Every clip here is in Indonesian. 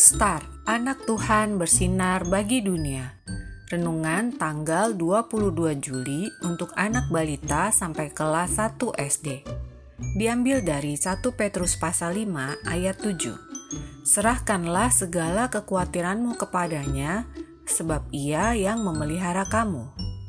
Star, Anak Tuhan bersinar bagi dunia. Renungan tanggal 22 Juli untuk anak balita sampai kelas 1 SD. Diambil dari 1 Petrus pasal 5 ayat 7. Serahkanlah segala kekhawatiranmu kepadanya, sebab Ia yang memelihara kamu.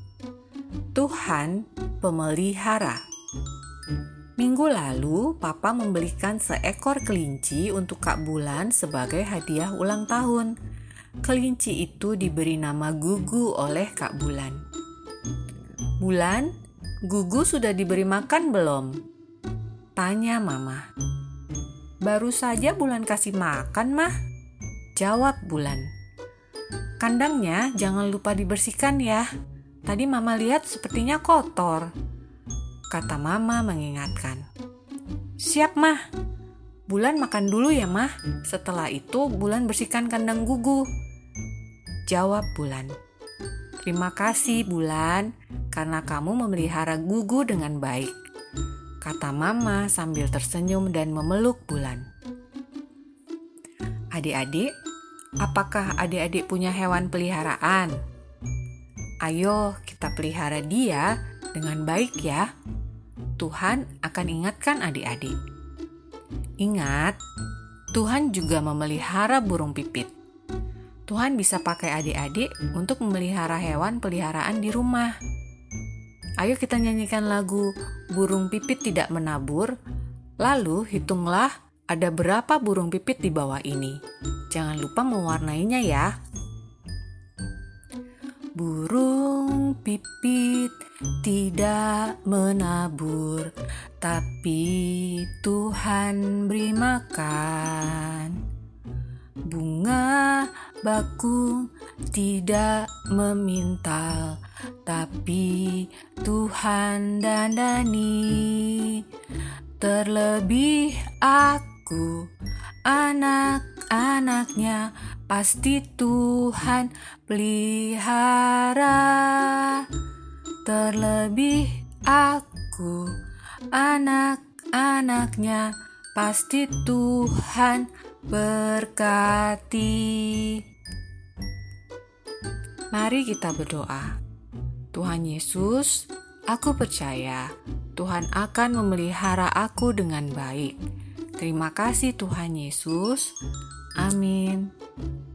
Tuhan pemelihara. Minggu lalu, Papa membelikan seekor kelinci untuk Kak Bulan sebagai hadiah ulang tahun. Kelinci itu diberi nama Gugu oleh Kak Bulan. "Bulan, Gugu sudah diberi makan belum?" tanya Mama. "Baru saja Bulan kasih makan, Mah," jawab Bulan. "Kandangnya jangan lupa dibersihkan ya. Tadi Mama lihat sepertinya kotor," kata Mama mengingatkan. "Siap, Mah. Bulan makan dulu ya, Mah. Setelah itu Bulan bersihkan kandang Gugu," jawab Bulan. "Terima kasih, Bulan, karena kamu memelihara Gugu dengan baik," kata Mama sambil tersenyum dan memeluk Bulan. Adik-adik, apakah adik-adik punya hewan peliharaan? Ayo kita pelihara dia dengan baik ya. Tuhan akan ingatkan adik-adik. Ingat, Tuhan juga memelihara burung pipit. Tuhan bisa pakai adik-adik untuk memelihara hewan peliharaan di rumah. Ayo kita nyanyikan lagu Burung Pipit Tidak Menabur, lalu hitunglah ada berapa burung pipit di bawah ini. Jangan lupa mewarnainya ya. Burung pipit tidak menabur, tapi Tuhan beri makan. Bunga bakung tidak memintal, tapi Tuhan dandani. Terlebih aku, anak-anaknya, pasti Tuhan pelihara. Terlebih aku, anak-anaknya, pasti Tuhan berkati. Mari kita berdoa. Tuhan Yesus, aku percaya Tuhan akan memelihara aku dengan baik. Terima kasih Tuhan Yesus. Amin.